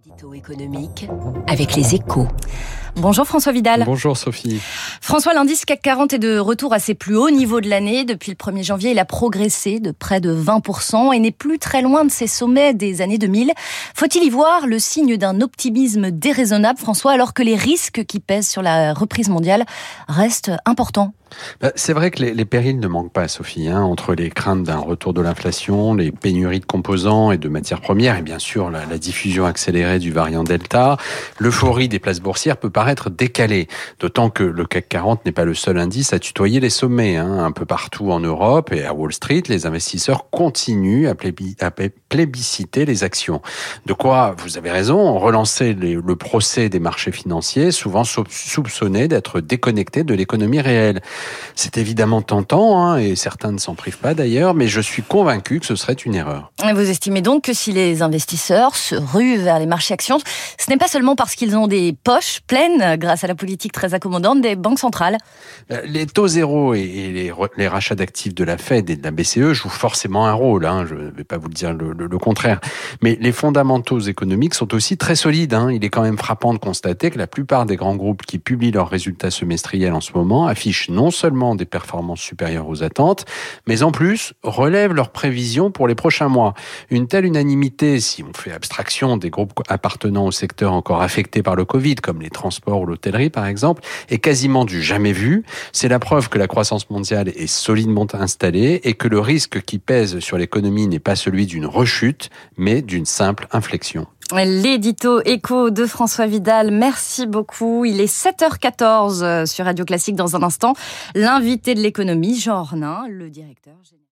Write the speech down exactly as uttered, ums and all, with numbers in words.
L'édito économique avec les Échos. Bonjour François Vidal. Bonjour Sophie. François, l'indice C A C quarante est de retour à ses plus hauts niveaux de l'année. Depuis le premier janvier, il a progressé de près de vingt pour cent et n'est plus très loin de ses sommets des années deux mille. Faut-il y voir le signe d'un optimisme déraisonnable, François, alors que les risques qui pèsent sur la reprise mondiale restent importants ? Bah, c'est vrai que les, les périls ne manquent pas, Sophie, hein, entre les craintes d'un retour de l'inflation, les pénuries de composants et de matières premières, et bien sûr la, la diffusion accélérée du variant Delta. L'euphorie des places boursières peut paraître décalée, d'autant que le C A C quarante n'est pas le seul indice à tutoyer les sommets. Hein, un peu partout en Europe et à Wall Street, les investisseurs continuent à, plébi- à plébisciter les actions. De quoi, vous avez raison, relancer les, le procès des marchés financiers, souvent soupçonnés d'être déconnectés de l'économie réelle. C'est évidemment tentant, hein, et certains ne s'en privent pas d'ailleurs, mais je suis convaincu que ce serait une erreur. Vous estimez donc que si les investisseurs se ruent vers les marchés actions, ce n'est pas seulement parce qu'ils ont des poches pleines grâce à la politique très accommodante des banques centrales ? Les taux zéro et les, les rachats d'actifs de la Fed et de la B C E jouent forcément un rôle, hein, je ne vais pas vous le dire le, le, le contraire. Mais les fondamentaux économiques sont aussi très solides. Hein. Il est quand même frappant de constater que la plupart des grands groupes qui publient leurs résultats semestriels en ce moment affichent non seulement des performances supérieures aux attentes, mais en plus relèvent leurs prévisions pour les prochains mois. Une telle unanimité, si on fait abstraction des groupes appartenant au secteur encore affecté par le Covid, comme les transports ou l'hôtellerie par exemple, est quasiment du jamais vu. C'est la preuve que la croissance mondiale est solidement installée et que le risque qui pèse sur l'économie n'est pas celui d'une rechute, mais d'une simple inflexion. L'édito écho de François Vidal, merci beaucoup. Il est sept heures quatorze sur Radio Classique. Dans un instant, l'invité de l'économie, Jean Ornin, le directeur général.